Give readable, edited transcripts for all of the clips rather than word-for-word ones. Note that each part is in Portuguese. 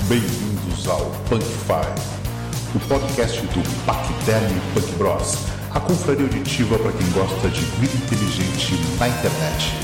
Bem-vindos ao Punk Five, o podcast do Pacterm Punk Bros, a confraria auditiva para quem gosta de vida inteligente na internet.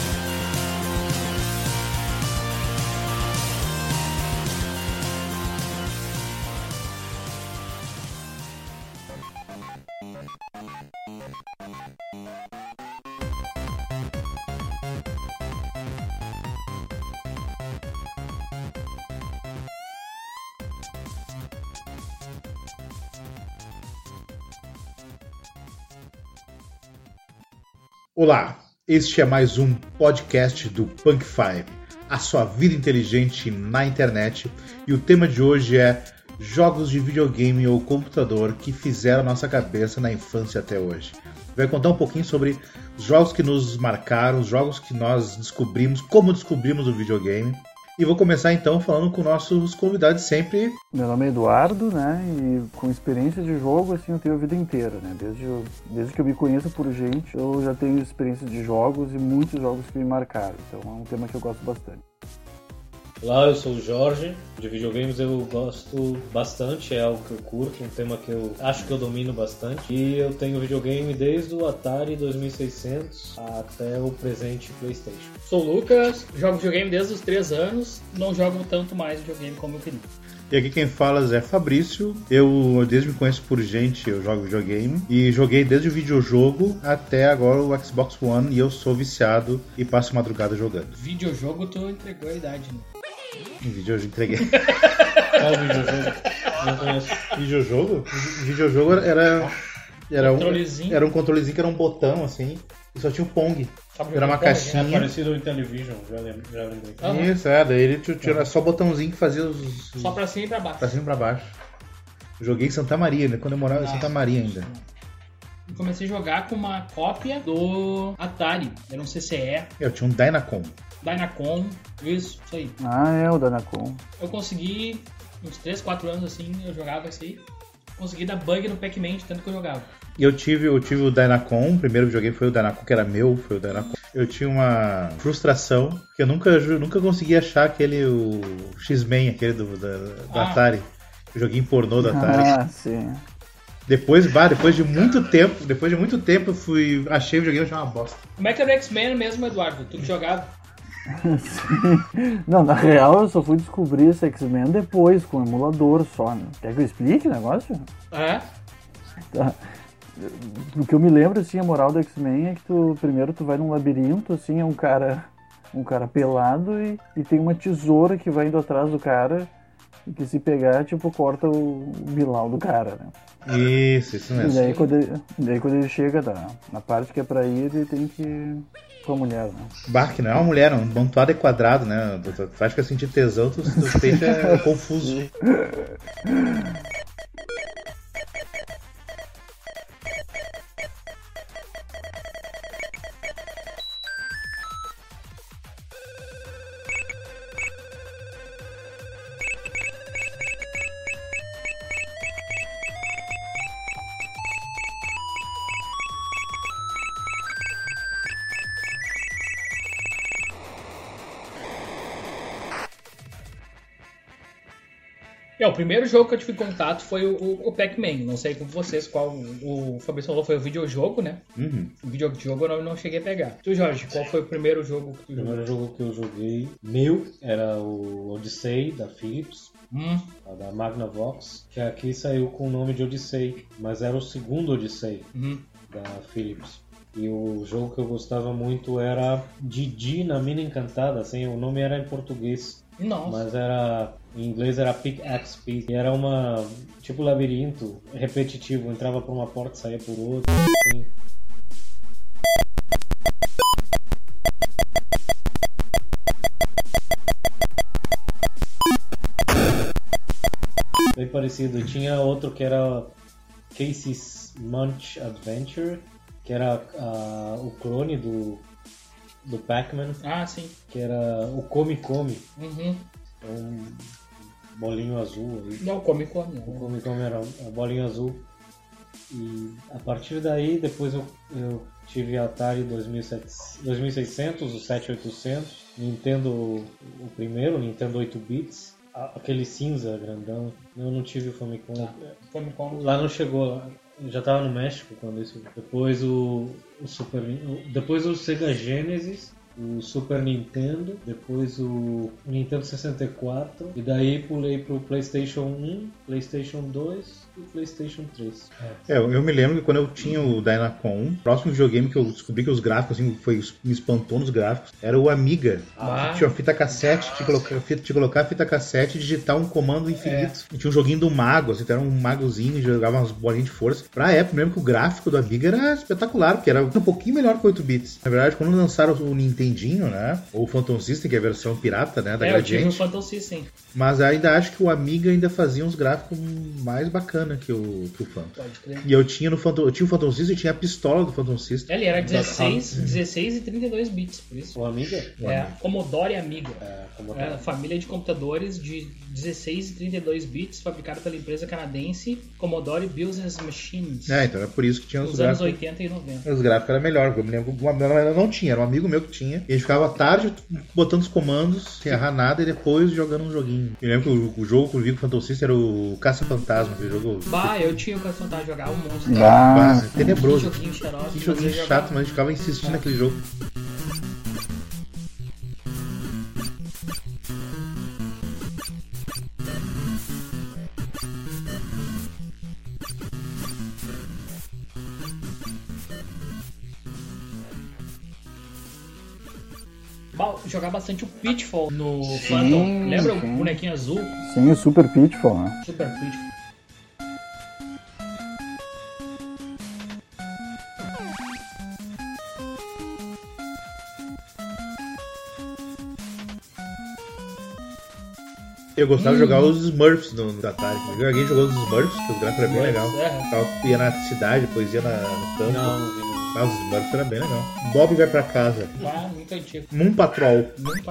Olá, este é mais um podcast do Punk Five, a sua vida inteligente na internet, e o tema de hoje é jogos de videogame ou computador que fizeram a nossa cabeça na infância até hoje. Vai contar um pouquinho sobre os jogos que nos marcaram, os jogos que nós descobrimos, como descobrimos o videogame. E vou começar então falando com nossos convidados sempre. Meu nome é Eduardo, né? E com experiência de jogo, assim, eu tenho a vida inteira, né? Desde que eu me conheço por gente, eu já tenho experiência de jogos e muitos jogos que me marcaram. Então é um tema que eu gosto bastante. Olá, eu sou o Jorge. De videogames eu gosto bastante, é algo que eu curto, um tema que eu acho que eu domino bastante. E eu tenho videogame desde o Atari 2600 até o presente PlayStation. Sou o Lucas, jogo videogame desde os 3 anos, não jogo tanto mais videogame como eu queria. E aqui quem fala é Fabrício. Eu desde me conheço por gente, eu jogo videogame. E joguei desde o videojogo até agora o Xbox One. E eu sou viciado e passo madrugada jogando. Videojogo, tu entregou a idade, né? Em vídeo eu entreguei. Qual videojogo? Não conheço. Videojogo? Videojogo era Controlezinho. um controlezinho que era um botão assim. E só tinha o Pong. Era uma É caixinha. parecido ao Intellivision, já lembrei. Aham. Isso, daí ele tinha só botãozinho que fazia os. Só pra cima e pra baixo. Pra cima e pra baixo. Joguei em Santa Maria, né? Quando eu morava em Santa Maria ainda. Eu comecei a jogar com uma cópia do Atari. Era um CCE, Eu tinha um Dynacon. Dynacon, isso aí. Ah, é o Danacon. Eu consegui, uns 3, 4 anos assim, eu jogava isso aí. Consegui dar bug no Pac-Man de tanto que eu jogava. E eu tive o Dynacon, o primeiro videogame foi o Dynacon, que era meu, foi o Dynacon. Eu tinha uma frustração, que eu nunca consegui achar o X-Men, aquele do Atari. O joguinho pornô do Atari. Ah, sim. Depois de muito tempo, achei o videogame, achei uma bosta. Como é que era o X-Men mesmo, Eduardo? Tu que jogava? Não, na real eu só fui descobrir esse X-Men depois, com o emulador só, né? Quer que eu explique o negócio? É? Tá. O que eu me lembro, assim, a moral do X-Men é que primeiro tu vai num labirinto, assim, é um cara pelado e tem uma tesoura que vai indo atrás do cara e que se pegar, tipo, corta o bilau do cara, né? Isso E mesmo. daí quando ele chega na parte que é pra ir, ele tem que ir com a mulher, né? Barque não é uma mulher, um montuado é quadrado, né? Tu acha que eu senti tesão, tu deixa confuso. O primeiro jogo que eu tive contato foi o Pac-Man. Não sei com vocês qual o Fabrício falou, foi o videojogo, né? Uhum. O videojogo eu não cheguei a pegar. Tu, Jorge, qual foi o primeiro jogo que tu O jogou? primeiro jogo que eu joguei, meu, era o Odyssey, da Philips, da Magnavox, que aqui saiu com o nome de Odyssey, mas era o segundo Odyssey da Philips. E o jogo que eu gostava muito era Didi na Mina Encantada, assim, o nome era em português. Nossa. Mas em inglês era Pickaxe Pit. E era tipo labirinto repetitivo. Entrava por uma porta, saía por outra, assim. Bem parecido. E tinha outro que era Casey's Munch Adventure, que era o clone do Pac-Man, Ah, sim. que era o Come Come. Uhum. Um bolinho azul aí. Não, come. O Come Come era a bolinha azul. E a partir daí, depois eu tive Atari 2600, o 7800, Nintendo, o primeiro, Nintendo 8 bits. aquele cinza grandão. Eu não tive o Famicom. Famicom. Lá não chegou, lá. Eu já tava no México quando isso. Depois o depois o Sega Genesis, o Super Nintendo, depois o Nintendo 64 e daí pulei pro PlayStation 1, PlayStation 2 e PlayStation 3. Eu me lembro que quando eu tinha o Dynacon 1, o próximo videogame que eu descobri que os gráficos assim, me espantou nos gráficos, era o Amiga. Tinha uma fita cassete, tinha que colocar a fita cassete e digitar um comando infinito. E tinha um joguinho do mago, assim, era um magozinho e jogava umas bolinhas de força. Pra época, mesmo que o gráfico do Amiga era espetacular, porque era um pouquinho melhor que 8 bits. Na verdade, quando lançaram o Nintendinho, né, ou o Phantom System, que é a versão pirata, né, da Gradiente. Eu tive o Phantom System. Mas ainda acho que o Amiga ainda fazia uns gráficos mais bacana que o Phantom. Pode crer. E eu tinha o Phantom System e tinha a pistola do Phantom System. Ele era 16 e 32 bits, por isso. O Amiga? Commodore Amiga. Família de computadores de 16 e 32 bits, fabricado pela empresa canadense Commodore Business Machines. Então era por isso que tinha os anos 80 e 90. Os gráficos eram melhores, eu me lembro. Eu não tinha, era um amigo meu que tinha. E a gente ficava à tarde botando os comandos, sem errar nada, e depois jogando um joguinho. Eu lembro que o jogo que eu vi com o Phantom System era o Caça-Fantasma, que jogo. Eu tinha o Caça-Fantasma, jogava um monstro. Tenebroso. Que joguinho chato, mas a gente ficava insistindo naquele jogo. Jogar bastante o Pitfall no Phantom. Lembra o bonequinho azul? Sim, o Super Pitfall, né? Super Pitfall. Eu gostava de jogar os Smurfs no Atari. Alguém jogou os Smurfs, que o gráfico era bem legal. Ia na cidade, depois ia no campo. Não. Os Smurfs era bem legal. Bob vai pra casa. Muito antigo. Moon Patrol.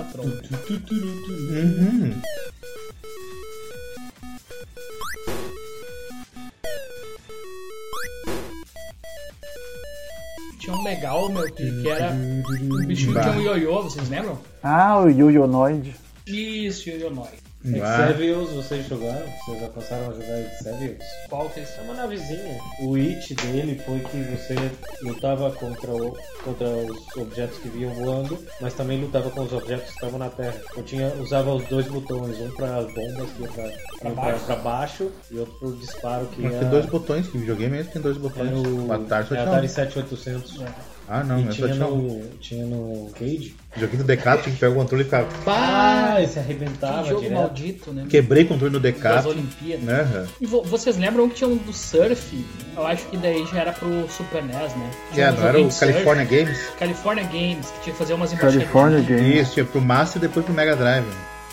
Tinha um legal, que era um bichinho que tinha um ioiô, vocês lembram? O Ioionoid. Isso, Ioionoid. Exevious, vocês jogaram? Vocês já passaram a jogar Exevious? Qual que é isso? É uma navezinha. O it dele foi que você lutava contra os objetos que vinham voando, mas também lutava com os objetos que estavam na terra. Usava os dois botões, um para as bombas que ia pra baixo e outro pro disparo que Mas tem dois botões, que videogame mesmo tem dois botões. O Atari 7800. Não, tinha no Cage. Joguinho do Decathlon, tinha que pegar o controle e ficava... Esse arrebentava. Que jogo maldito, né? Quebrei o controle no Decathlon. Das Olimpíadas. E vocês lembram que tinha um do Surf? Eu acho que daí já era pro Super NES, né? Não era o California Games? California Games, que tinha que fazer umas embaixadinhas. California Games. Isso, tinha pro Master e depois pro Mega Drive.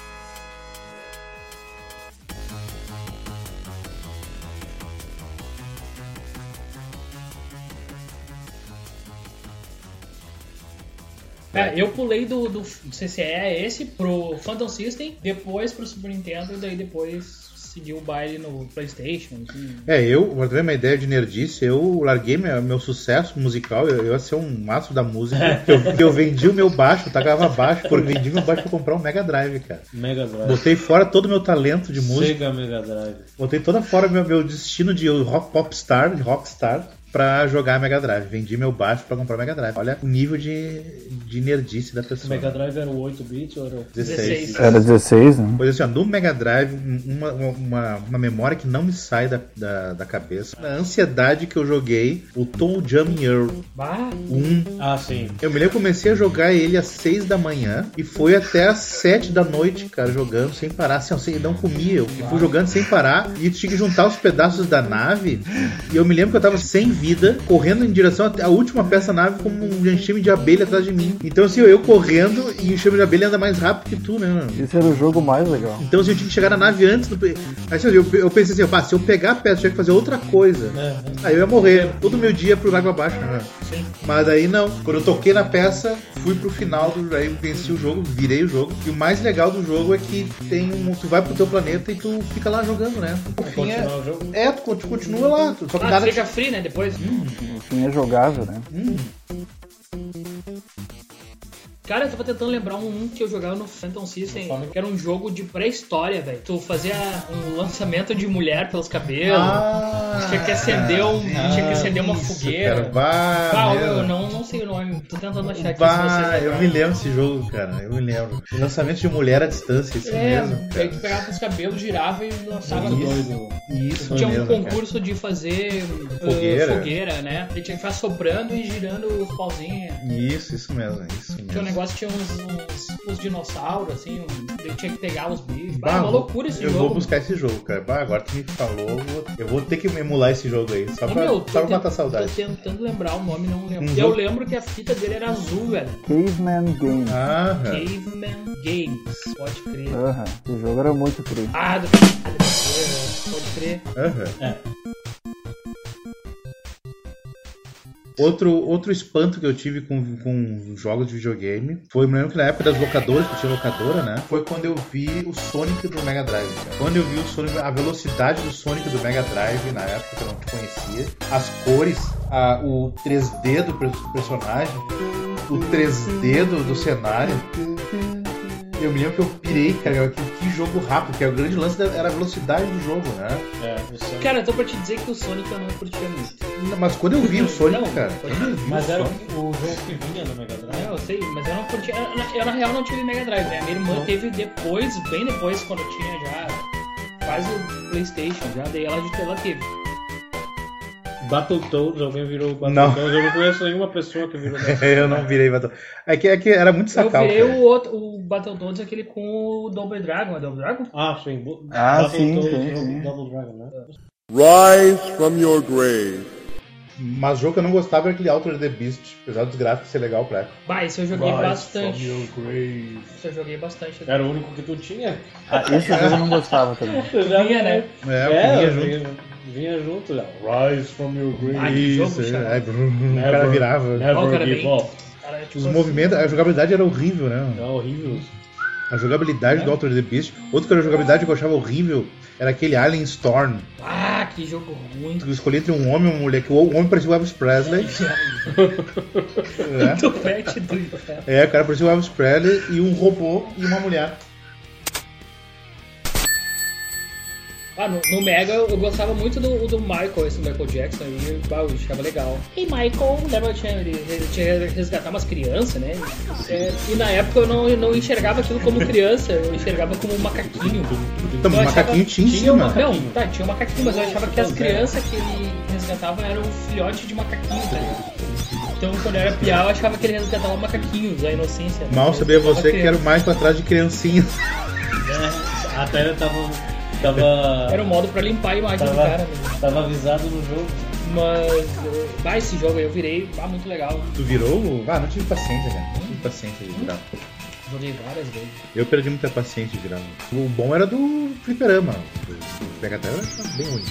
Eu pulei do CCE esse pro Phantom System, depois pro Super Nintendo e daí depois segui o baile no PlayStation. Assim. Pra ter uma ideia de nerdice, eu larguei meu sucesso musical, eu ia ser um mastro da música, eu vendi o meu baixo, eu tacava baixo, vendi meu baixo pra comprar um Mega Drive, cara. Mega Drive. Botei fora todo o meu talento de música. Sega Mega Drive. Botei toda fora meu destino de rockstar, pra jogar Mega Drive. Vendi meu baixo pra comprar Mega Drive. Olha o nível de nerdice da pessoa. O Mega Drive era o 8-bit ou era o 16? Era 16, né? Pois assim, no Mega Drive, uma memória que não me sai da cabeça. A ansiedade que eu joguei o Tom Jam Earl 1. Sim. Eu me lembro que eu comecei a jogar ele às 6 da manhã e foi até às 7 da noite, cara, jogando sem parar. Assim, eu não comia, eu fui jogando sem parar e tinha que juntar os pedaços da nave. E eu me lembro que eu tava sem vida, correndo em direção à última peça da nave, como um enxame de abelha atrás de mim. Então, assim, eu correndo e o enxame de abelha anda mais rápido que tu, né, mano? Esse era o jogo mais legal. Então, assim, eu tinha que chegar na nave antes do... Aí, eu pensei assim, se eu pegar a peça, eu tinha que fazer outra coisa. Aí eu ia morrer. Todo o meu dia pro água abaixo, né? Sim. Mas aí não. Quando eu toquei na peça, fui pro final, aí venci o jogo, virei o jogo. E o mais legal do jogo é que tu vai pro teu planeta e tu fica lá jogando, né? O fim o jogo? tu continua lá. Só que nada fica free, né? Depois. O fim é jogável, né? Cara, eu tava tentando lembrar um que eu jogava no Phantom System, que era um jogo de pré-história, velho. Tu fazia um lançamento de mulher pelos cabelos, tinha que acender uma fogueira. Eu não sei o nome, tô tentando achar aqui. Eu me lembro desse jogo, cara, eu me lembro. Lançamento de mulher à distância, isso mesmo, cara. Aí tu pegava os cabelos, girava e lançava Isso tinha mesmo, um concurso, cara, de fazer fogueira, né? Ele tinha que ficar soprando e girando os pauzinhos. Isso mesmo. Tinha um negócio, tinha uns dinossauros, assim, ele tinha que pegar os bichos. Uma loucura esse jogo. Eu vou buscar esse jogo, cara. Agora tu me falou, eu vou ter que emular esse jogo aí, só pra matar saudade. Tô tentando lembrar o nome, não lembro. Eu lembro que a fita dele era azul, velho. Caveman Games. Caveman Games, pode crer. Esse jogo era muito crer. Pode crer. Outro espanto que eu tive com jogos de videogame foi, me lembro que na época das locadoras, que tinha locadora, né? Foi quando eu vi o Sonic do Mega Drive, cara. Quando eu vi o Sonic, a velocidade do Sonic do Mega Drive, na época que eu não conhecia, as cores, o 3D do personagem, o 3D do cenário. Eu me lembro que eu pirei, cara, que jogo rápido, que o grande lance era a velocidade do jogo, né? Cara, eu tô pra te dizer que o Sonic eu não curtia muito. Mas quando eu vi o Sonic, cara... Mas era o jogo que vinha no Mega Drive? Eu sei, mas eu não curtia... Eu na real não tive Mega Drive, né? Minha irmã teve depois, bem depois, quando eu tinha já quase o PlayStation, já daí ela teve. Battletoads, alguém virou Battletoads? Eu não conheço nenhuma pessoa que virou Battletoads. Eu não virei Battletoads. É que era muito sacal, eu virei cara. o Battletoads, aquele com o Double Dragon, é Double Dragon? Sim. Sim. Double Dragon, né? Rise from your grave. Mas o jogo que eu não gostava era aquele Altered the Beast, apesar dos gráficos ser legal pra época. Isso eu joguei bastante. Isso eu joguei bastante. Era o único que tu tinha? Esse jogo eu não gostava também. Vinha, né? Vinha junto, já. Rise from your grave. Isso, o cara virava. Os movimentos, a jogabilidade era horrível, né? Era horrível. A jogabilidade do Altered the Beast. Outro que era a jogabilidade que eu achava horrível era aquele Alien Storm. Que jogo ruim. Tu escolhia entre um homem e uma mulher, que o homem parecia o Elvis Presley. Do pet do inferno. O cara parecia o Elvis Presley e um robô e uma mulher. No Mega eu gostava muito do Michael, esse Michael Jackson aí, eu achava legal. E Michael, lembra, ele tinha que resgatar umas crianças, né? E na época eu não enxergava aquilo como criança, eu enxergava como um macaquinho. Então, um macaquinho tinha em cima. Tinha um macaquinho, mas eu achava que as crianças que ele resgatava eram um filhote de macaquinho, tá ligado? Então quando eu era piá, eu achava que ele resgatava macaquinhos, a inocência. Mal sabia você que era mais pra trás de criancinhas. Até eu tava... Era um modo pra limpar a imagem do cara. Tava avisado no jogo. Mas esse jogo aí eu virei, muito legal. Tu virou? Não tive paciência, cara. Não tive paciência de virar. Joguei várias vezes. Eu perdi muita paciência de virar. O bom era do fliperama. O Mega Drive era bem único.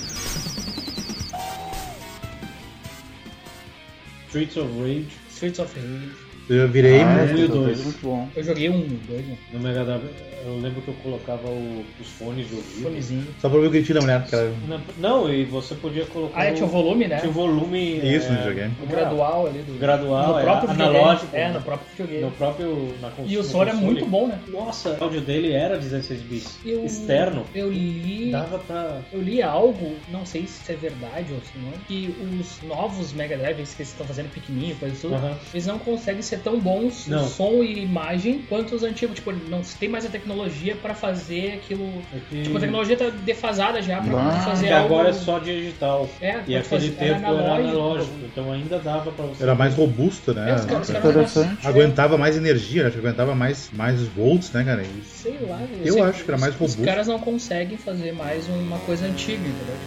Streets of Rage. Eu virei um e o 2. Muito bom. Eu joguei um, 2, né? No Mega Drive, eu lembro que eu colocava os fones de ouvido. Fonezinho. Só pra ver o gritinho da mulher. Cara. Não, e você podia colocar. Tinha o volume, né? Tinha o volume. Isso, no videogame. O gradual ali. Gradual, no próprio analógico. No próprio videogame. No próprio. E o som era muito bom, né? Nossa, o áudio dele era 16 bits. Externo. Eu li. Dava pra. Eu li algo, não sei se é verdade ou se não, que os novos Mega Drives que eles estão fazendo pequenininho, coisa tudo, eles não conseguem ser tão bons no som e imagem quanto os antigos. Tipo, não se tem mais a tecnologia pra fazer aquilo. Tipo, a tecnologia tá defasada já pra fazer algo. Agora é só digital. E aquele tempo era analógico. Então ainda dava pra você. Era mais robusto, né? Aguentava mais energia, acho que aguentava mais volts, né, cara? Sei lá. Eu acho que era mais robusto. Os caras não conseguem fazer mais uma coisa antiga, entendeu?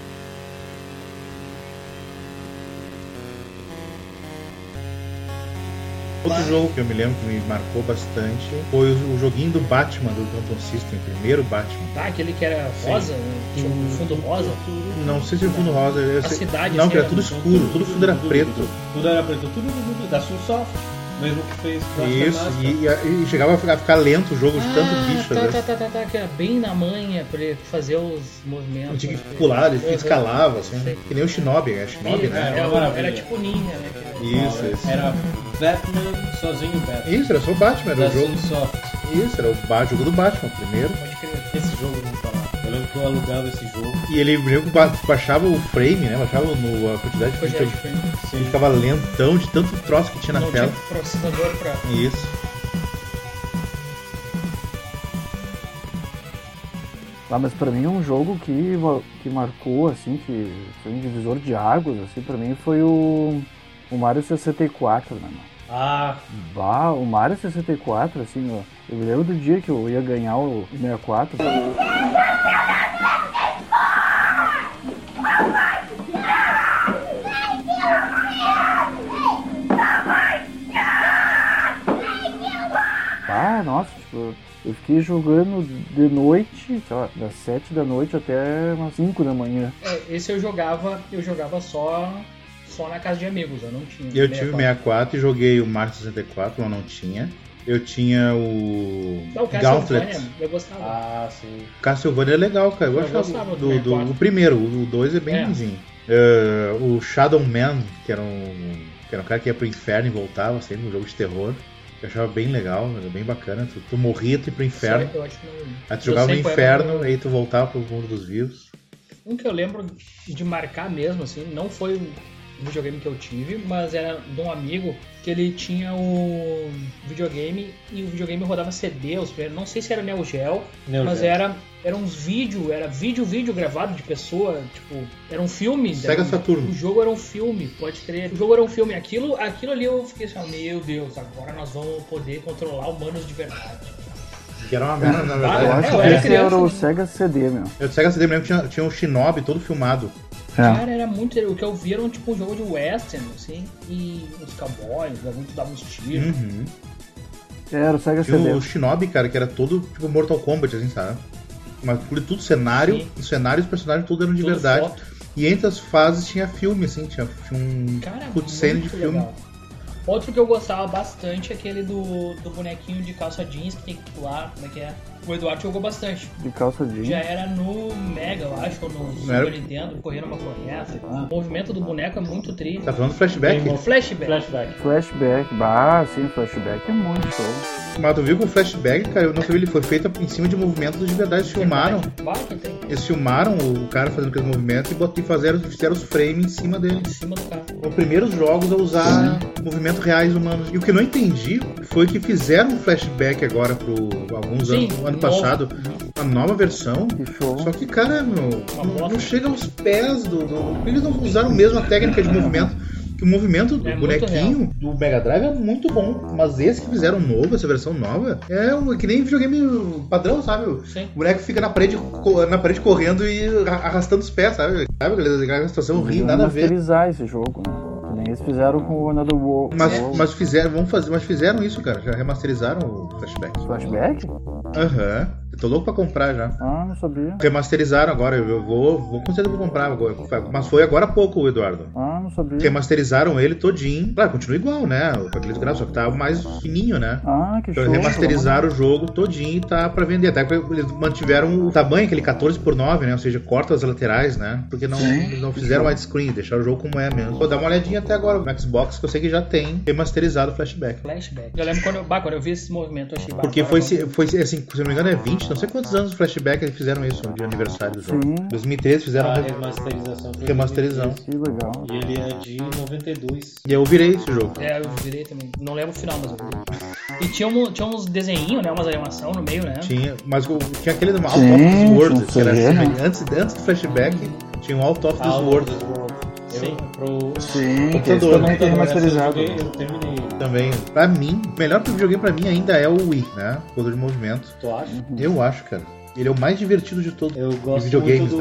Outro jogo que eu me lembro que me marcou bastante foi o joguinho do Batman, do Phantom System, o primeiro Batman. Aquele que era rosa, tinha um fundo rosa? Não sei se o fundo rosa... Cidade, não, que era tudo escuro, tudo fundo era preto. Tudo era preto, tudo da Sunsoft. mesmo que fez Isso, e chegava a ficar lento o jogo de tanto bicho. Tá, que era bem na manha pra ele fazer os movimentos. Tinha que pular, ele escalava, assim, que nem o Shinobi, né? Era tipo ninja, né? Isso. Era Batman sozinho, Batman. Isso, era só o Batman, era o jogo. Soft. Isso, era o jogo do Batman, primeiro. Pode crer. Esse jogo não falar. Eu lembro que eu alugava esse jogo. E ele baixava o frame, né? Baixava a quantidade de frame. Ele ficava lentão de tanto troço que tinha na tela. Tinha processador pra... Isso. Mas pra mim um jogo que marcou, assim, que foi um divisor de águas, assim, pra mim foi o Mario 64, né, mano? O Mario 64, assim, eu me lembro do dia que eu ia ganhar o 64. Nossa, tipo, eu fiquei jogando de noite, sei lá, das 7 da noite até umas 5 da manhã. Esse eu jogava só na casa de amigos, eu não tinha. Eu tive o 64 e joguei o Mario 64, eu não tinha. Eu tinha o Gauntlet. Eu gostava. Sim. Castlevania é legal, cara. Eu gostava do primeiro, o 2 é bem ruimzinho. O Shadow Man, que era um cara que ia pro inferno e voltava sempre, um jogo de terror. Eu achava bem legal, era bem bacana. Tu morria, tu ia pro inferno. Aí tu jogava no inferno, aí tu voltava pro mundo dos vivos. Um que eu lembro de marcar mesmo, assim, não foi um videogame que eu tive, mas era de um amigo que ele tinha o videogame e o videogame rodava CD, não sei se era Neo Geo, mas era uns vídeos, era vídeo gravado de pessoa, tipo, era um filme. Sega Saturno. O jogo era um filme, pode crer. O jogo era um filme. Aquilo ali eu fiquei assim, meu Deus, agora nós vamos poder controlar humanos de verdade. Que era uma merda, na verdade. Eu acho que esse era o Sega CD, meu. O Sega CD mesmo tinha um Shinobi todo filmado. Cara, era muito... O que eu vi era tipo um jogo de western, assim, e os cowboys, davam uns tiros. Uhum. Era o Sega CD. O Shinobi, cara, que era todo tipo Mortal Kombat, assim, sabe? Mas tudo cenário, sim. Os cenários e os personagens tudo eram de tudo verdade. Foto. E entre as fases tinha filme, assim, tinha um cutscene de filme. Legal. Outro que eu gostava bastante é aquele do bonequinho de calça jeans que tem que pular, como é que é? O Eduardo jogou bastante. De calça jeans? Já era no Mega, eu acho, ou no Super Nintendo, correndo uma floresta. O movimento do boneco é muito triste. Tá falando do Flashback? Flashback, sim, Flashback é muito show. Mas tu viu que o Flashback, cara, eu não sei, ele foi feito em cima de movimentos de verdade, eles filmaram. Eles filmaram o cara fazendo aqueles movimentos e fizeram os frames em cima dele. Em cima do cara. Os primeiros jogos a usar movimentos reais humanos. E o que eu não entendi foi que fizeram um Flashback agora pro alguns anos, ano passado, uma nova versão. Só que, cara, não chega aos pés do. Eles não usaram mesmo a técnica de movimento. Que o movimento do bonequinho do Mega Drive é muito bom, mas esse que fizeram novo, essa versão nova, é que nem videogame padrão, sabe? Sim. O boneco fica na parede correndo e arrastando os pés, sabe? Sabe aquela situação horrível, nada a ver. Remasterizar esse jogo, né? Que nem eles fizeram com o Another World. Mas fizeram isso, cara. Já remasterizaram o Flashback. Flashback? Aham. Eu tô louco pra comprar já. Não sabia. Remasterizaram agora, eu vou com certeza comprar agora. Mas foi agora há pouco, Eduardo. Não sabia. Remasterizaram ele todinho. Claro, continua igual, né? Com aqueles gráficos, só que tá mais fininho, né? Que show. Então remasterizaram o jogo todinho e tá pra vender. Até porque eles mantiveram o tamanho, aquele 14:9, né? Ou seja, corta as laterais, né? Porque não fizeram widescreen, deixaram o jogo como é mesmo. Vou dar uma olhadinha até agora no Xbox, que eu sei que já tem remasterizado o Flashback. Eu lembro quando eu vi esse movimento, eu achei bacana. Porque foi assim, se eu não me engano é 20, não sei quantos anos o Flashback eles fizeram isso, de aniversário do jogo. Sim. 2013 fizeram a remasterização. Remasterização. Que legal. E ele é de 92. E eu virei esse jogo. Eu virei também. Não lembro o final, mas eu virei. E tinha uns desenhinhos, né? Umas animações no meio, né? Tinha, mas tinha aquele do Out of This World, que era assim, antes do Flashback, tinha um Out of This World. Sim. Sim, computador. Também tem remasterizado. Eu terminei. Também. Pra mim, o melhor videogame pra mim ainda é o Wii, né? Controle de movimento. Tu acha? Eu acho, cara. Ele é o mais divertido de todos. Eu gosto videogames,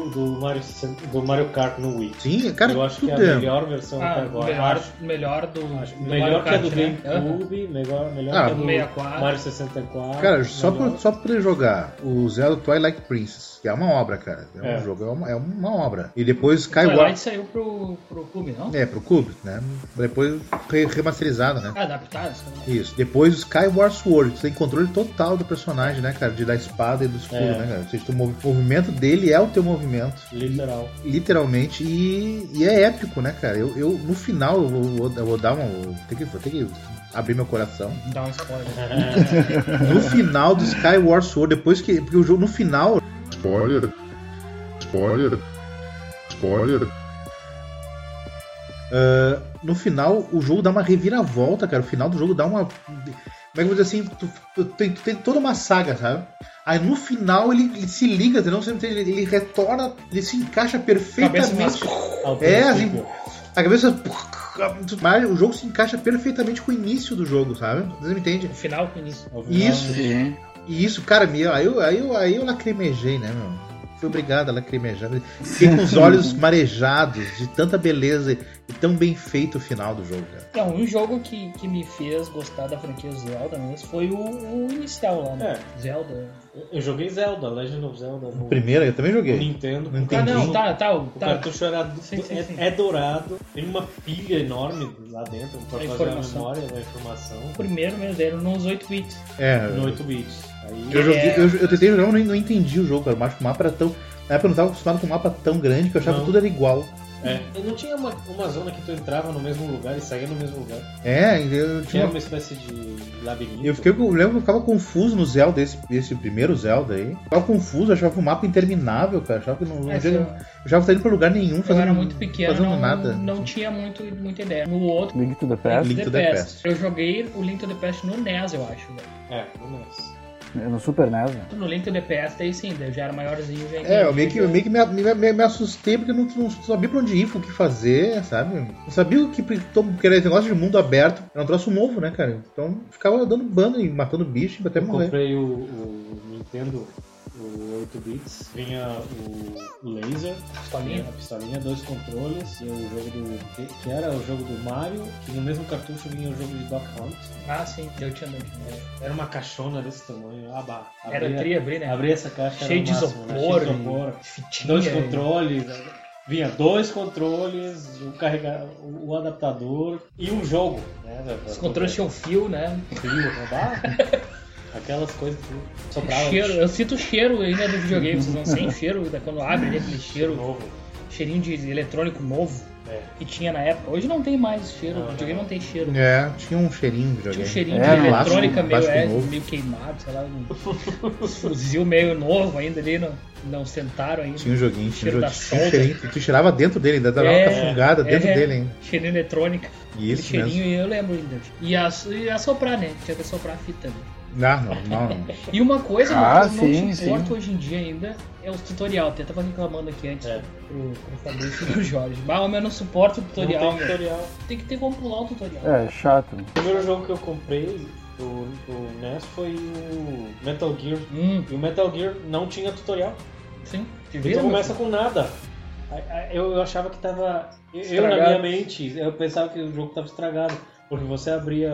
muito do Mario Kart no Wii. Sim, cara, eu acho que é a melhor versão até agora. Melhor melhor que a do GameCube, melhor que a do 64. Mario 64. Cara, só pra poder jogar o Zelda Twilight Princess, que é uma obra, cara. Um jogo, é uma obra. E depois Skyward. Twilight saiu pro Cube, não? Pro Cube, né? Depois remasterizado, né? Adaptado. Isso. Depois o Skyward Sword, você tem controle total do personagem, né, cara? Da espada e do escudo, né, cara? Ou seja, o movimento dele é o teu movimento. Literalmente. E é épico, né, cara? Eu no final, eu vou dar uma... Vou ter que abrir meu coração. Dá um spoiler. No final do Skyward Sword, depois que... Porque o jogo, no final... Spoiler. No final, o jogo dá uma reviravolta, cara. O final do jogo dá uma... Como é que eu vou dizer assim? Tu tem toda uma saga, sabe? Aí no final ele se liga, entendeu? Ele retorna, ele se encaixa perfeitamente. Assim, a cabeça... O jogo se encaixa perfeitamente com o início do jogo, sabe? Você me entende? O final com o início. Isso. E isso, cara, aí eu lacrimejei, né, meu? Fui obrigado a lacrimejar. Fiquei com os olhos marejados de tanta beleza e tão bem feito o final do jogo, cara. Não, um jogo que me fez gostar da franquia Zelda mesmo foi o inicial lá, né? Zelda. Eu joguei Zelda, Legend of Zelda. O primeiro, eu também joguei. No Nintendo. Não entendi. O cartucho era é dourado, tem uma pilha enorme lá dentro pra fazer a memória da informação. O primeiro mesmo, era nos 8 bits. No 8 bits. Aí eu tentei jogar, mas não entendi o jogo, cara. O mapa era tão... Na época eu não estava acostumado com um mapa tão grande que eu achava que tudo era igual. E não tinha uma zona que tu entrava no mesmo lugar e saía no mesmo lugar. Eu tinha uma espécie de labirinto. Eu lembro que eu ficava confuso no Zelda, esse primeiro Zelda aí. Eu ficava confuso, eu achava o mapa interminável, cara. Eu achava que não estava indo pra lugar nenhum, eu era muito pequeno, nada. Não tinha muita ideia. No outro, Link to the Past. Link to the Past. Eu joguei o Link to the Past no NES, eu acho. No NES. No Super NES. No Link to the Past, aí sim, eu já era maiorzinho. Eu meio que me assustei porque eu não sabia pra onde ir, o que fazer, sabe? Não sabia o que era esse negócio de mundo aberto. Era um troço novo, né, cara? Então ficava dando bando e matando bicho até morrer. Eu comprei o Nintendo, o 8 bits, vinha o laser, a pistolinha, 2 controles, e o jogo que era o jogo do Mario, que no mesmo cartucho vinha o jogo de Duck Hunt. Ah, sim, eu tinha dois. Era uma caixona desse tamanho, era tri, né? Abrir essa caixa cheio de isopor, fitinha, 2 controles, vinha 2 controles, o adaptador e um jogo, né? Os controles tinham fio, né? Aquelas coisas que sopravam. Eu sinto o cheiro ainda do videogame, vocês não sentem o cheiro quando abre aquele cheiro novo. Cheirinho de eletrônico novo que tinha na época. Hoje não tem mais cheiro, o videogame não tem cheiro. Tinha um cheirinho de videogame. Tinha um cheirinho de eletrônica meio queimado, sei lá, um fuzil meio novo ainda ali, não sentaram ainda. Tinha um joguinho, tinha um cheirinho, tu cheirava dentro dele, ainda dava uma cafungada dentro dele ainda. Cheirinho eletrônica. Isso cheirinho eu lembro ainda. E assoprar, né? Tinha que assoprar a fita, né? Não. E uma coisa que eu não suporto hoje em dia ainda é os tutorial. Até tava reclamando aqui antes pro Fabrício e pro Jorge. Mas eu não suporto o tutorial. Não tem tutorial. Tem que ter como pular o tutorial. É chato. O primeiro jogo que eu comprei do NES foi o Metal Gear. E o Metal Gear não tinha tutorial. Sim. Então começa com nada. Eu achava que tava... Eu na minha mente, eu pensava que o jogo tava estragado. Porque você abria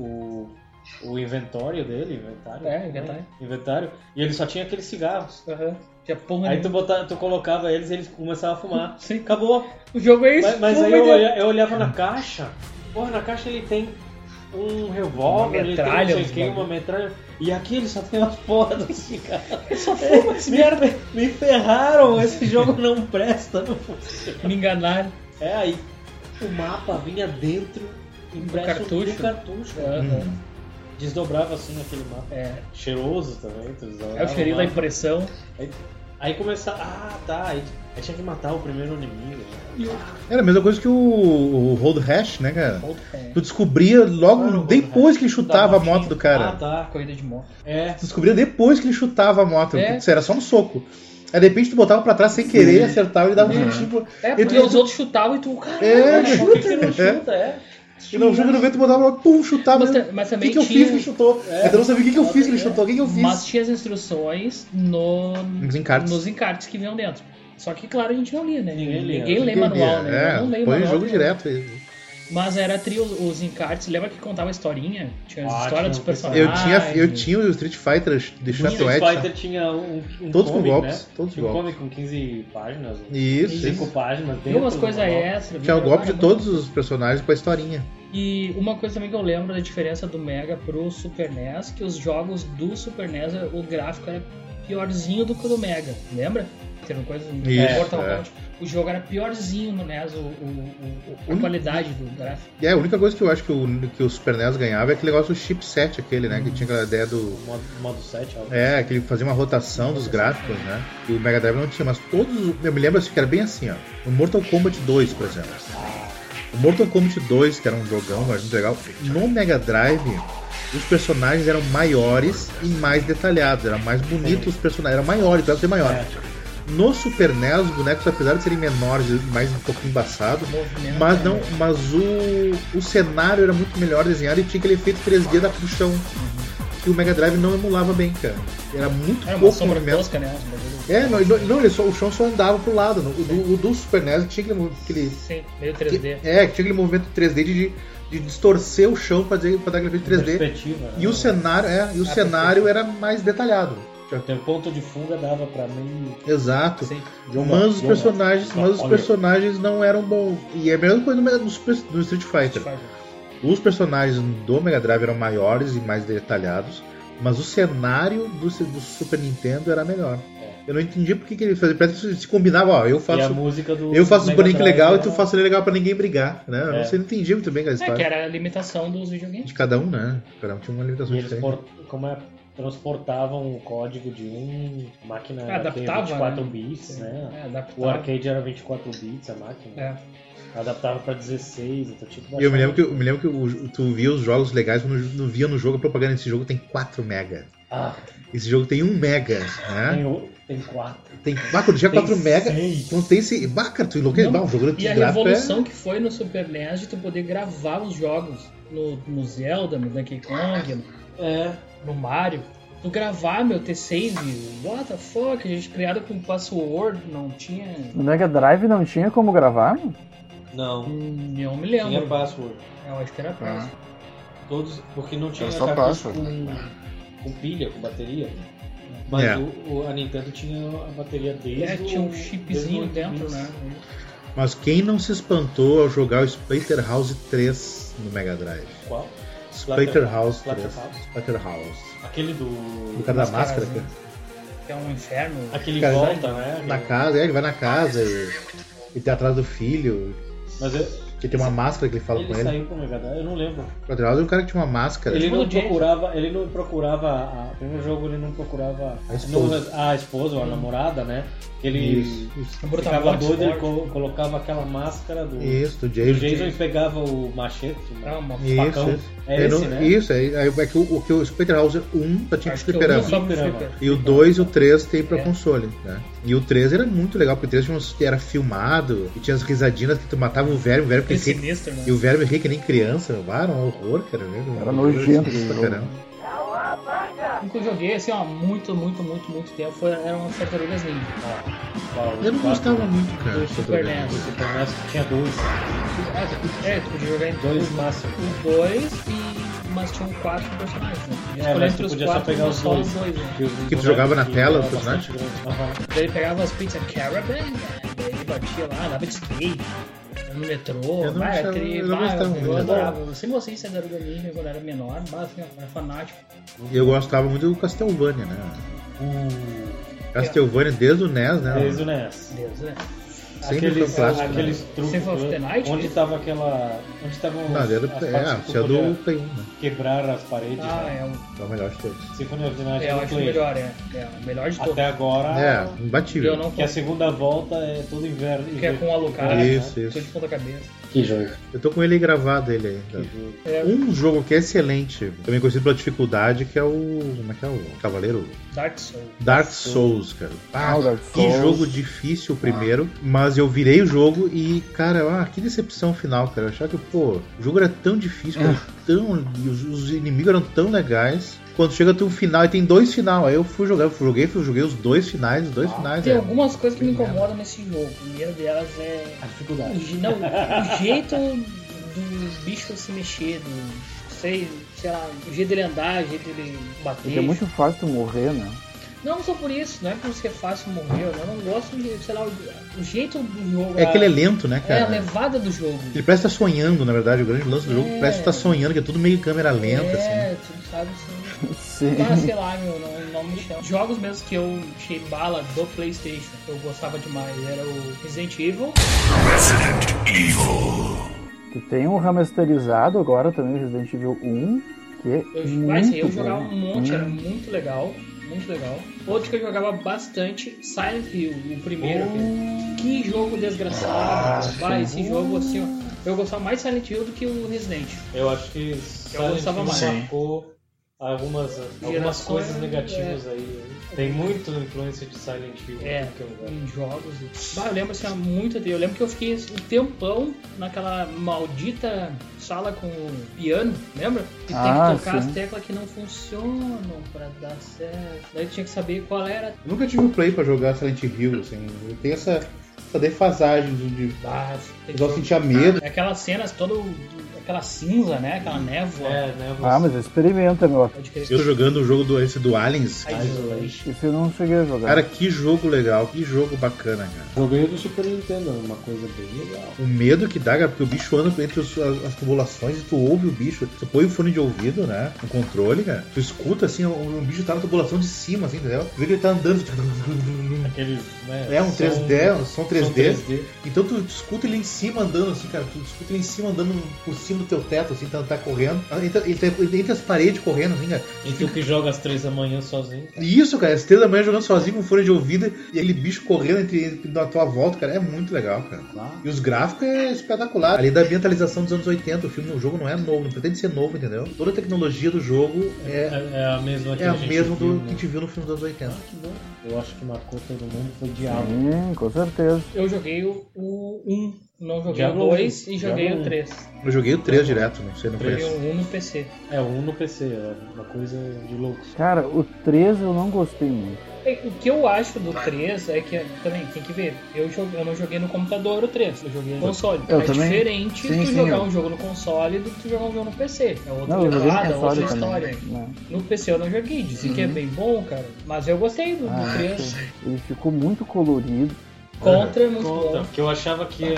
o inventório dele, inventário, e ele só tinha aqueles cigarros. Aí tu colocava eles e eles começavam a fumar. Sim. Acabou. O jogo é isso. Mas aí eu olhava na caixa. Porra, na caixa ele tem um revólver, ele tem uma metralha. E aqui ele só tem uma porra do cigarro. Só fuma esse merda. Me ferraram, esse jogo não presta. Não me enganaram. Aí o mapa vinha dentro impresso do cartucho. Desdobrava assim aquele mapa. Cheiroso também. É o cheirinho da impressão. Aí começava. Aí tinha que matar o primeiro inimigo. Era a mesma coisa que o Hold Hash, né, cara? Tu descobria logo depois que ele chutava a moto do cara. Corrida de moto. Tu descobria depois que ele chutava a moto. Era só um soco. Aí de repente tu botava pra trás sem querer, acertava e dava um tipo. Porque os outros chutavam e tu. Caralho, chuta que não chuta, E no jogo 90 botava, pum, chutava. Mas também o que eu fiz que ele chutou? Então eu não sabia o que eu fiz que ele chutou, o que eu fiz. Mas tinha as instruções nos encartes que vinham dentro. Só que, claro, a gente não lia, né? Ninguém lê manual, né? Eu não leio manual. Põe o jogo direto. Mas era os encartes, lembra que contava a historinha? Tinha as histórias dos personagens. Eu tinha o Street Fighter de Chateau Street Fighter tinha um todos comic, com golpes, né? Todos tinha um comic com 15 páginas. Isso. 5 páginas dentro. Tinha umas coisas extras. Tinha o golpe de todos os personagens com a historinha. E uma coisa também que eu lembro da diferença do Mega pro Super NES, que os jogos do Super NES, o gráfico era piorzinho do que o do Mega, lembra? Era uma coisa Mortal Kombat. O jogo era piorzinho no NES, a qualidade do gráfico. E a única coisa que eu acho que o Super NES ganhava é aquele negócio do chipset, aquele, né? Que tinha aquela ideia do... Modo 7, algo. que ele fazia uma rotação dos gráficos, né? E o Mega Drive não tinha, mas todos... Eu me lembro assim, que era bem assim, ó. O Mortal Kombat 2, por exemplo. O Mortal Kombat 2, que era um jogão, muito legal. No Mega Drive, os personagens eram maiores e mais detalhados. Era mais bonito os personagens, eram maiores, deve ser maior. No Super NES, os bonecos, apesar de serem menores, mais um pouco embaçados, mas o cenário era muito melhor desenhado e tinha aquele efeito 3D da pro chão. Que o Mega Drive não emulava bem, cara. Era muito pouco movimento. Tosca, né? O chão só andava pro lado. O do Super NES tinha aquele Sim, meio 3D. Tinha aquele movimento 3D de distorcer o chão para dar aquele efeito 3D. E o cenário era mais detalhado. Tem um ponto de fuga, dava pra mim. Exato. Mas os personagens não eram bons. E é a mesma coisa no Street Fighter. Os personagens do Mega Drive eram maiores e mais detalhados, mas o cenário do Super Nintendo era melhor. Eu não entendi por que ele fazia. Parece que se combinava, ó, eu faço os bonecos legal e tu faz ele legal pra ninguém brigar, né? Eu não entendi muito bem aquela história. Que era a limitação dos videogames. De cada um, né? Cada um tinha uma limitação diferente. Transportavam o código de máquina adaptava, 24 bits, né? O arcade era 24 bits a máquina. Adaptava pra 16, então tipo. E eu me lembro que tu via os jogos legais quando não via no jogo a propaganda. Esse jogo tem 4 mega. Esse jogo tem 1 mega, né? Tem 4. Quando tinha 4 mega, não tem esse. Cara, tu enlouqueceu. Um jogo de e a revolução que foi no Super NES de tu poder gravar os jogos no Zelda, no Donkey Kong, no Mario. Tu gravar, ter save, what the fuck, a gente criado com password, não tinha... No Mega Drive não tinha como gravar? Não. Eu me lembro. Tinha password. Eu acho que era password. Todos, porque não tinha cartucho com pilha, com bateria. Mas a Nintendo tinha a bateria desde tinha um chipzinho dentro, né? Mas quem não se espantou ao jogar o Splatterhouse 3 no Mega Drive? Qual? Splatterhouse 3. Aquele do cara da máscara, cara. Que é um inferno. Aquele volta, né? Na casa, ele vai na casa e tem atrás do filho. Mas que tem uma máscara que ele fala com ele. Ele saiu com o Mega Drive, eu não lembro. O Splatterhouse é um cara que tinha uma máscara. Ele não procurava. No primeiro jogo ele não procurava a esposa ou a namorada, né? Ele ficava doido, ele colocava aquela máscara do Jason e pegava o machete, o facão. Isso, é que o Splatterhouse 1 tá tinha fliperama. E o 2 e o 3 tem pra console, né? E o 3 era muito legal, porque o 3 era filmado e tinha as risadinas que tu matava o verme que sinistro, né? E o verme ri que nem criança. Era um horror, cara. Era nojento pra caramba. O que eu joguei assim, muito tempo eram as Tartarugas Ninja. Eu não gostava muito, cara. Do Super NES. O Super NES tinha 2. Tu podia jogar em 2 máximo. O 2 mas tinham 4 personagens, né? Mas tu podia só pegar os 2. Né? Que tu jogava na tela os personagens? Daí ele pegava as Pizza Caravan, daí batia lá, dava de skate. No metrô, eu adorava. Eu sempre gostei de Tartaruga Ninja quando era menor, era fanático. E eu gostava muito do Castlevania, né? Castlevania desde o NES, né? Desde o NES. Aqueles truques. Symphony of the Night? Onde estava aquela. Onde estavam você é do Play 1, né? Quebrar as paredes. É o melhor de todos. Symphony of the Night eu acho o melhor, o melhor de todos. Até agora. Imbatível. Que a segunda volta é todo inverno. Que é com o Alucard. Isso. Tudo de ponta cabeça. Que jogo. Eu tô com ele gravado ele ainda. Um jogo que é excelente, também conhecido pela dificuldade, que é o. Como é que é o Cavaleiro? Dark Souls, cara. Que jogo difícil o primeiro, mas eu virei o jogo e, cara, que decepção final, cara. Eu achava que, o jogo era tão difícil, cara, os inimigos eram tão legais. Quando chega até um final e tem 2 finais, aí eu joguei os 2 finais, Tem algumas coisas que me incomodam nesse jogo. A primeira delas é a dificuldade. O jeito do bicho se mexer, sei lá, o jeito dele andar, o jeito dele bater. Porque é muito fácil tu morrer, né? Não só por isso, não é por ser fácil morrer, eu não gosto de, sei lá, o jeito do jogo. É que ele é lento, né, cara? É a levada do jogo. Ele parece estar sonhando, na verdade, o grande lance do jogo parece estar sonhando, que é tudo meio câmera lenta, assim. Tu sabe, assim. Sim. Ah, sei lá, meu, não me chama. Jogos mesmo que eu achei bala do PlayStation, que eu gostava demais, era o Resident Evil. Que tem um remasterizado agora também, o Resident Evil 1, que é eu jogava um monte, era muito legal. Muito legal. Outro que eu jogava bastante, Silent Hill, o primeiro. Que jogo desgraçado. Esse jogo, assim, ó. Eu gostava mais de Silent Hill do que o Resident. Eu acho que Silent Hill marcou algumas coisas negativas aí. Tem muita influência de Silent Hill. Em jogos. Eu lembro assim, muito. Eu lembro que eu fiquei um tempão naquela maldita sala com o piano, lembra? Que tem que tocar as teclas que não funcionam pra dar certo. Daí tinha que saber qual era. Eu nunca tive um play pra jogar Silent Hill, assim. Eu tenho essa defasagem de eu sentia medo. Aquelas cenas, aquela cinza, né? Aquela névoa. névoa. Mas experimenta, meu. Eu jogando o jogo esse do Aliens. Esse eu não cheguei a jogar. Cara, que jogo legal, que jogo bacana, cara. Joguei o do Super Nintendo, uma coisa bem legal. O medo que dá, cara, porque o bicho anda entre as tubulações e tu ouve o bicho. Tu põe o fone de ouvido, né? O controle, cara. Tu escuta assim, o bicho tá na tubulação de cima, assim, entendeu? Tu vê que ele tá andando. Aqueles, né? É um 3D, um som 3D. Então tu escuta ele em cima andando, assim, cara. Tu escuta ele em cima andando por cima do teu teto, assim, tá correndo. Ele tá entre as paredes correndo, assim, cara. E tu que joga às 3 da manhã sozinho, cara. Isso, cara, às 3 da manhã jogando sozinho com fone de ouvido e aquele bicho correndo na tua volta, cara, é muito legal, cara. E os gráficos é espetacular. Ali da ambientalização dos anos 80, o jogo não é novo, não pretende ser novo, entendeu? Toda a tecnologia do jogo é a mesma que a gente viu no filme dos anos 80. Que bom. Eu acho que marcou todo mundo, foi Diablo. Sim, com certeza. Eu joguei o 1, não joguei o 2 e joguei o 3. Eu joguei o 3 direto, não sei, não conheço. conheço. Joguei o 1 no PC. O 1 no PC, é uma coisa de loucos. Cara, o 3 eu não gostei muito. O que eu acho do 3 é que, também, tem que ver, eu não joguei no computador o 3, eu joguei no console. Diferente tu jogar um jogo no console do que tu jogar um jogo no PC. É outra jogada, outra história. No PC eu não joguei, dizem que é bem bom, cara. Mas eu gostei do 3. Ele ficou muito colorido. Contra é muito bom. Porque eu achava que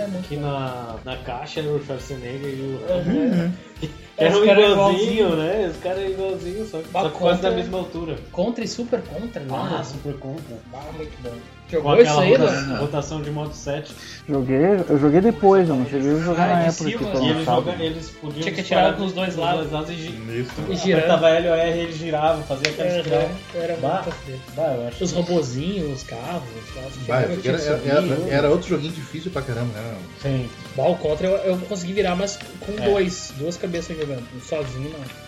na caixa era o Schwarzenegger e o... Eram igualzinho, né? Os caras eram igualzinhos, só quase da mesma altura. Contra e Super Contra, né? Super Contra. Muito bom. Jogou isso aí, né? Rotação de modo 7. Eu joguei depois, eu não cheguei a jogar na época. E eles podiam tinha que atirar dos dois lados e girando. Apertava L ou R, ele girava, fazia aquela espiral. Era muito feio. Os robozinhos, os carros. Era outro joguinho difícil pra caramba, né? Sim. O Contra eu consegui virar, mas com duas cabeças jogando. Sozinho não.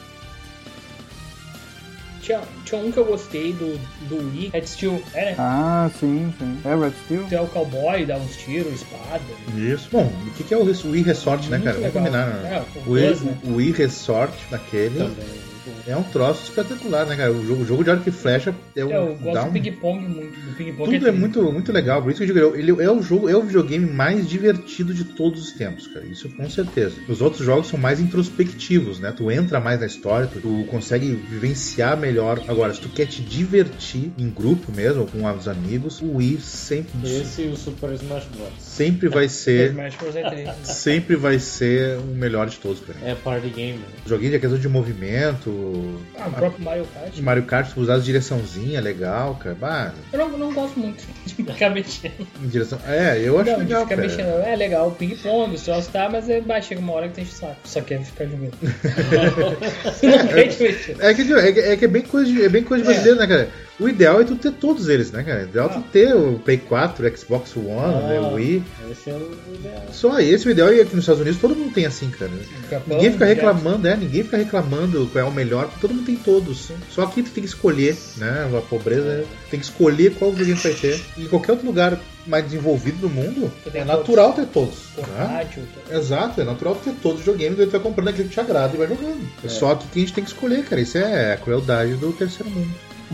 Tinha um que eu gostei do Wii, Red Steel, né? Sim. É Red Steel. Tu é o cowboy, dá uns tiros, espada. Isso. Bom, o que é o Wii Resort, né, cara? Vamos combinar, né? O Wii Resort daquele... Também. É um troço espetacular, né, cara? O jogo de arco e flecha eu gosto do ping-pong muito. Do ping-pong tudo é muito legal. Por isso que eu digo, ele é o videogame mais divertido de todos os tempos, cara. Isso com certeza. Os outros jogos são mais introspectivos, né? Tu entra mais na história, tu consegue vivenciar melhor. Agora, se tu quer te divertir em grupo mesmo, com os amigos, o Wii sempre... Esse e o Super Smash Bros. Sempre vai ser... Smash Bros. Sempre vai ser o melhor de todos pra mim. É party game, né? Joguinho de questão de movimento... o próprio Mario Kart. Mario Kart, tu usar direçãozinha, legal, cara. Eu não gosto muito de ficar mexendo. Direção... eu acho legal, ficar mexendo. É legal, ping-pong, só tá, mas chega uma hora que tem saco. Só quer ficar jogando. Não quer te mexer. É que é bem coisa de brasileiro, né, cara? O ideal é tu ter todos eles, né, cara? O ideal é tu ter o Play 4, o Xbox One, o Wii. Esse é o ideal. Só esse é o ideal, e aqui nos Estados Unidos todo mundo tem assim, cara. Ninguém fica reclamando qual é o melhor, porque todo mundo tem todos. Só aqui tu tem que escolher, né? A pobreza tem que escolher qual videogame vai ter. E em qualquer outro lugar mais desenvolvido do mundo, é natural ter todos. Portátil. Né? Exato, é natural ter todos os videogames, e tu vai comprando aquilo que te agrada e vai jogando. É só que a gente tem que escolher, cara. Isso é a crueldade do terceiro mundo.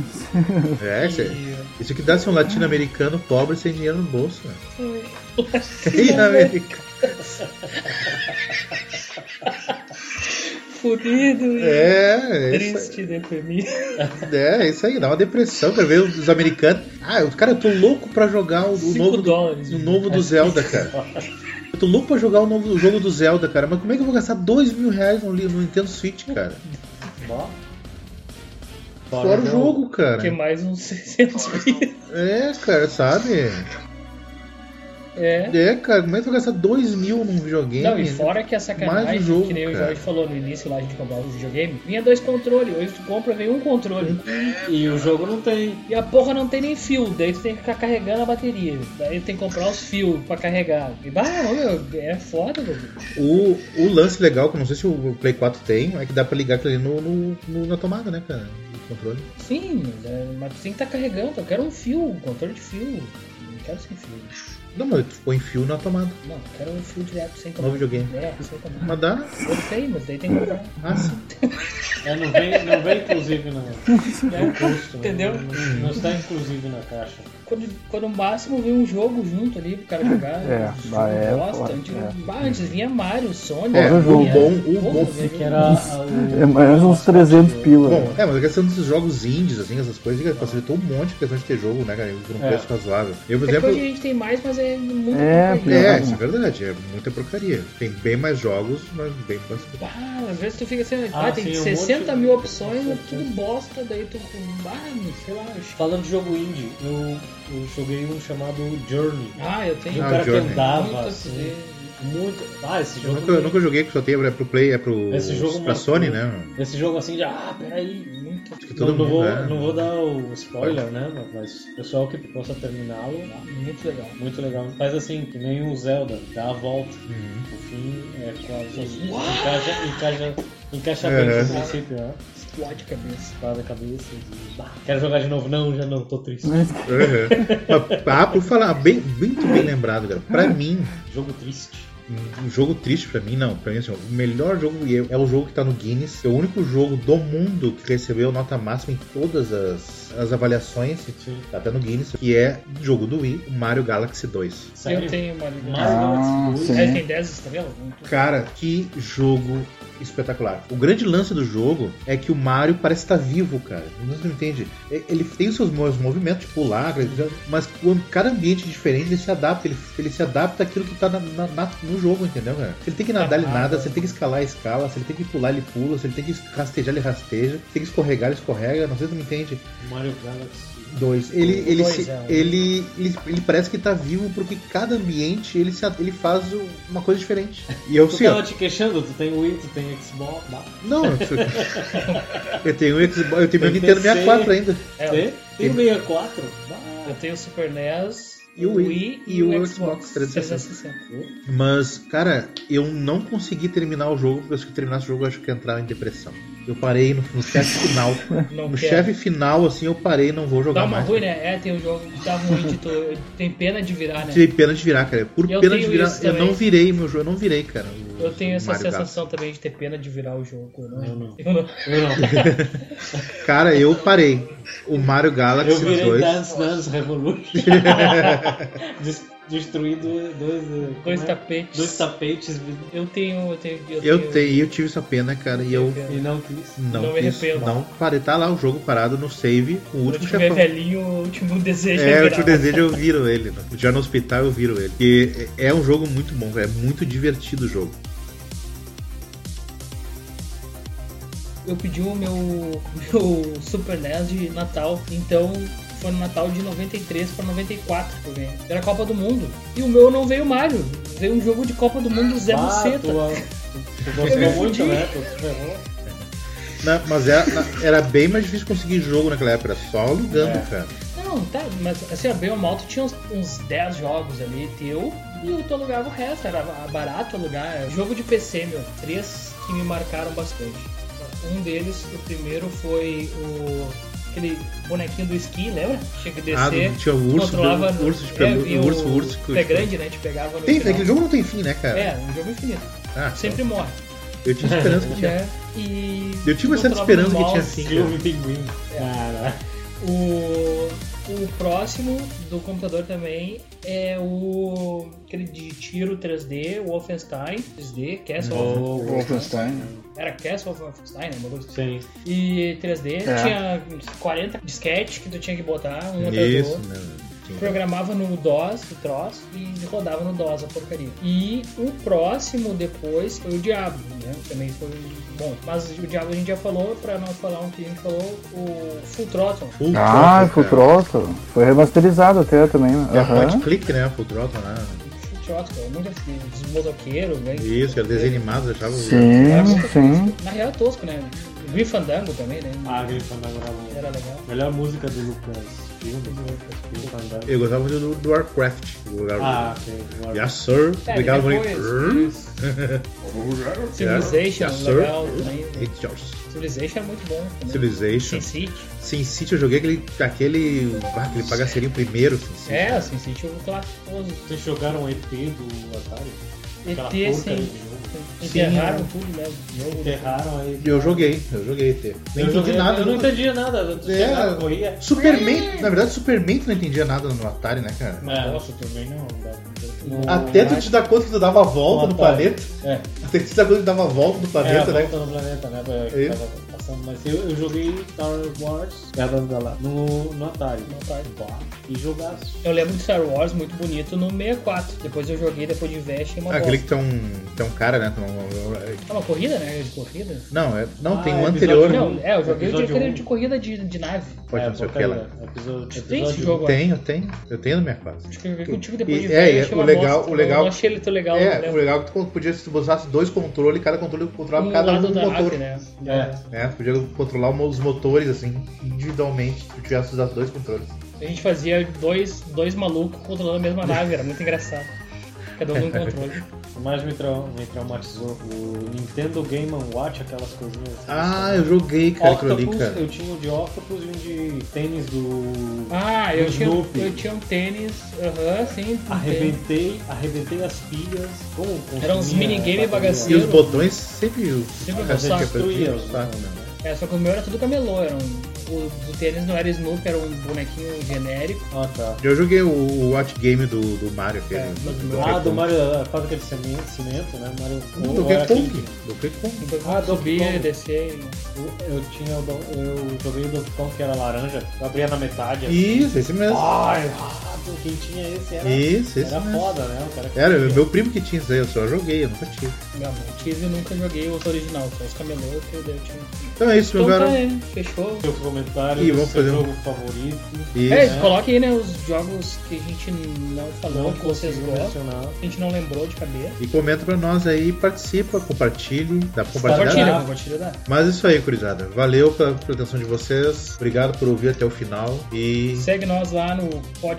Isso que dá ser um latino-americano pobre sem dinheiro no bolso, né? Latino-americano. fudido. Triste, deprimido. É isso aí, dá uma depressão, quero ver os americanos. Cara, eu tô louco pra jogar o novo do Zelda, cara. Eu tô louco pra jogar o jogo do Zelda, cara. Mas como é que eu vou gastar R$2.000 no Nintendo Switch, cara? Fora o jogo, cara. Que mais uns 600 mil. Cara, sabe? Cara, como é que eu vou gastar R$2.000 num videogame? Não, e fora que a sacanagem, jogo, que nem cara. o Jorge falou no início lá, a gente comprava o videogame, vinha 2 controles, hoje tu compra, vem um controle. E o jogo não tem. E a porra não tem nem fio, daí tu tem que ficar carregando a bateria. Daí tu tem que comprar os fios pra carregar. E é foda, meu. O lance legal, que eu não sei se o Play 4 tem, é que dá pra ligar aquilo ali na tomada, né, cara? O controle. Sim, mas tu tem que estar carregando. Eu quero um fio, um controle de fio. Não quero sem fio. Não, mas tu põe fio na tomada. Não, eu quero um fio direto sem tomada. No videogame. Sem tomada. Mas dá? Eu sei, mas daí tem que comprar. Sim. Não vem inclusive no custo. Entendeu? Não está inclusive na caixa. Quando o máximo vem um jogo junto ali pro cara jogar. Antes vinha Mario, Sonic. O bom que era mais uns 300 pila. Bom, mas a questão desses jogos indies, assim, essas coisas, que facilitou um monte de questão de ter jogo, né, cara? Por um preço razoável. Eu, por exemplo. Hoje a gente tem mais, mas é muito porcaria. Isso é verdade, é muita porcaria. Tem bem mais jogos, mas bem bastante. Às vezes tu fica assim, tem 60 mil opções, é tudo bosta, daí tu sei lá. Falando de jogo indie, eu joguei um chamado Journey. Eu tenho. E o cara que Journey. andava assim. Muito. Esse jogo. Eu nunca joguei, porque só tem pro Play, esse jogo pra Sony, né? Esse jogo assim de. Peraí. Não vou dar o spoiler, né? Mas o pessoal que possa terminá-lo. Muito legal. Muito legal. Faz assim, que nem o Zelda, dá a volta. O fim é quase. Encaixa bem no princípio, né? Explode a cabeça. Quero jogar de novo? Não, já não, tô triste. Por falar, muito bem lembrado, cara. Pra mim. Jogo triste. Um jogo triste pra mim, não. Pra mim, assim, o melhor jogo é o jogo que tá no Guinness. É o único jogo do mundo que recebeu nota máxima em todas as avaliações. Tá até no Guinness. Que é o jogo do Wii, o Mario Galaxy 2. Sério? Eu tenho Mario Galaxy 2. Ele tem 10 estrelas? Cara, que jogo espetacular. O grande lance do jogo é que o Mario parece estar vivo, cara. Você não entende? Ele tem os seus movimentos, tipo pular, mas quando cada ambiente é diferente, ele se adapta. Ele se adapta àquilo que tá no jogo, entendeu, cara? Se ele tem que nadar, ele nada. Se ele tem que escalar, ele escala. Se ele tem que pular, ele pula. Se ele tem que rastejar, ele rasteja. Se tem que escorregar, ele escorrega. Não sei se você me entende. Mario Galaxy 2. Ele parece que tá vivo porque cada ambiente ele faz uma coisa diferente. E eu sei. Tu tava te queixando? Tu tem Wii, tu tem Xbox? Não, eu tenho Xbox, eu tenho meu Nintendo 64 ainda. Tem o 64? Eu tenho o Super NES. E o Wii e o Xbox 360. Mas, cara, eu não consegui terminar o jogo, porque se eu terminasse o jogo eu acho que ia entrar em depressão. Eu parei no chefe final. No chefe final, assim, eu parei, não vou jogar mais. Dá uma ruim, né? Tem um jogo que dá ruim, tem pena de virar, né? Tem pena de virar, cara. Por pena de virar, eu não virei meu jogo, eu não virei, cara. Eu tenho essa sensação também de ter pena de virar o jogo. Eu não. Cara, eu parei. O Mario Galaxy 2. Eu virei Dance Revolution. Destruindo dois tapetes. Dois tapetes. Eu tive essa pena, cara, e não quis. Não me arrependo. Não parei, tá lá o jogo parado no save com o último chefão. Velhinho, o último desejo. O último desejo eu viro ele. Já no hospital eu viro ele. E é um jogo muito bom, cara. É muito divertido o jogo. Eu pedi o meu Super NES de Natal, então foi no Natal de 93 para 94 que eu ganhei. Era a Copa do Mundo. E o meu não veio Mario, veio um jogo de Copa do Mundo Zé Buceta. Tu gostou muito, né? Não, mas era bem mais difícil conseguir jogo naquela época, era só alugando, cara. Não, tá, mas assim, bem ou mal, tu tinha uns 10 jogos ali teu e tu alugava o resto, era barato alugar. Jogo de PC, 3 que me marcaram bastante. Um deles, o primeiro foi aquele bonequinho do esqui, lembra? Tinha que descer, tinha o urso, controlava urso é grande, né? Te pegava no final. Aquele jogo não tem fim, né, cara? É, um jogo infinito. Sempre morre. Eu tinha esperança que tinha. Eu tinha uma certa esperança que tinha fim. Filme Pinguim. O próximo do computador também é aquele de tiro 3D, Wolfenstein 3D, Castle of Wolfenstein. Era Castle of Wolfenstein, né? Sim. E 3D, tinha 40 disquetes que tu tinha que botar um atrás do outro. Mesmo. Programava no DOS o troço e rodava no DOS a porcaria. E o próximo depois foi o Diablo, né? Também foi bom. Mas o Diablo a gente já falou, pra não falar um que a gente falou, o Full Throttle. Full Throttle. Foi remasterizado até também. É point click, né? Full Throttle, né? Full Throttle, muito assim, dos motoqueiros, né? Isso, era desenho animado, eu achava. Sim. Na real é tosco, né? Grim Fandango também, né? Grim Fandango era legal. Melhor música do Lucas. Eu gostava muito do Warcraft. Sim. Yes, sir. Obrigado, Civilization, legal também. It's yours. Civilization é muito bom também. Civilization. Sin City eu joguei aquele bagaceirinho primeiro. Sin City é o clássico. Vocês jogaram ET do Atari? ET, sim. Enterraram tudo, né? Enterraram aí. Eu joguei ET. Não entendi nada. Eu não entendia nada. Corria. Superman, na verdade, Superman tu não entendia nada no Atari, né, cara? Nossa, também não. Até tu te dar conta que tu dava a volta no planeta. Até que tu te dar conta que tu dava a volta no planeta, né? Volta no planeta, né? Mas eu joguei Star Wars no Atari. E jogasse. Eu lembro de Star Wars muito bonito no 64. Depois eu joguei depois de Vest uma aquele que tem um cara, né? Uma corrida, né? De corrida? Não, tem um anterior. Não, eu joguei de corrida de nave. Pode não sei o que lá. Tem esse jogo? Eu tenho no 64. Acho que eu joguei contigo depois de Vest. O legal. Eu não achei ele tão legal. O legal é que tu podia, se tu botasse dois controles, cada controle controlava cada um motor. Nave, né? Tu podia controlar os motores, assim, individualmente, se tu tivesse usado dois controles. A gente fazia dois malucos controlando a mesma nave, era muito engraçado. Cada um controle. O que mais me traumatizou o Nintendo Game & Watch, aquelas coisinhas. Eu joguei, cara, aquilo ali, cara. Eu tinha um de Octopus e um de tênis do. Eu tinha um tênis, sim. Arrebentei as pilhas. Eram uns minigame bagaceiros. E os botões sempre destruíam. Só que o meu era tudo camelô, o do tênis não era Snoopy, era um bonequinho genérico. Tá. Eu joguei o Watch Game do Mario. Do Mario, faz aquele cimento, né? Do Donkey Kong. Subir e descer. Eu joguei o Donkey Kong que era laranja, eu abria na metade. Isso, esse mesmo. Quem tinha esse era foda, né? Era meu primo que tinha isso aí, eu só joguei, eu nunca tive. Não tive e nunca joguei os original, só os camelô que eu tinha. Então é isso, meu garoto. Fechou. Seu comentário do seu jogo favorito. Coloque aí, né, os jogos que a gente não falou, que vocês gostam, a gente não lembrou de cabeça. E comenta pra nós aí, participa, compartilhe. Dá pra compartilhar? Compartilha. Mas isso aí, gurizada. Valeu pela atenção de vocês. Obrigado por ouvir até o final. E segue nós lá no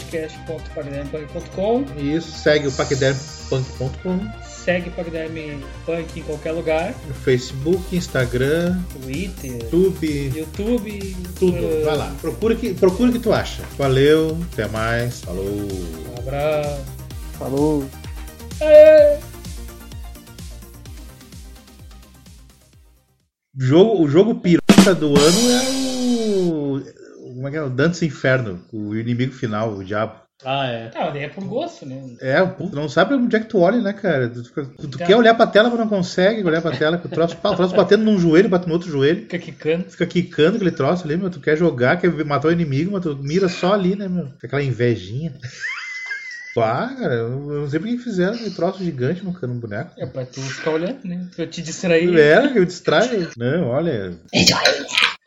podcast.paquidermepunk.com. Isso, segue o paquidermepunk.com. Segue Paquiderme Punk em qualquer lugar. No Facebook, Instagram, Twitter, YouTube, tudo. Vai lá, procura o que tu acha. Valeu, até mais, falou. Um abraço. Falou. O jogo pirata do ano é como é que é? O Dantes Inferno, o inimigo final, o diabo. É por gosto, né? Tu não sabe onde é que tu olha, né, cara? Tu quer olhar pra tela, mas não consegue olhar pra tela, que o troço batendo num joelho, bate no outro joelho. Fica quicando aquele troço ali, meu. Tu quer jogar, quer matar o inimigo, mas tu mira só ali, né, meu? Aquela invejinha. Cara, eu não sei por que fizeram aquele troço gigante no boneco. É pra tu ficar olhando, né? Pra te distrair. Eu distraio. Não, olha.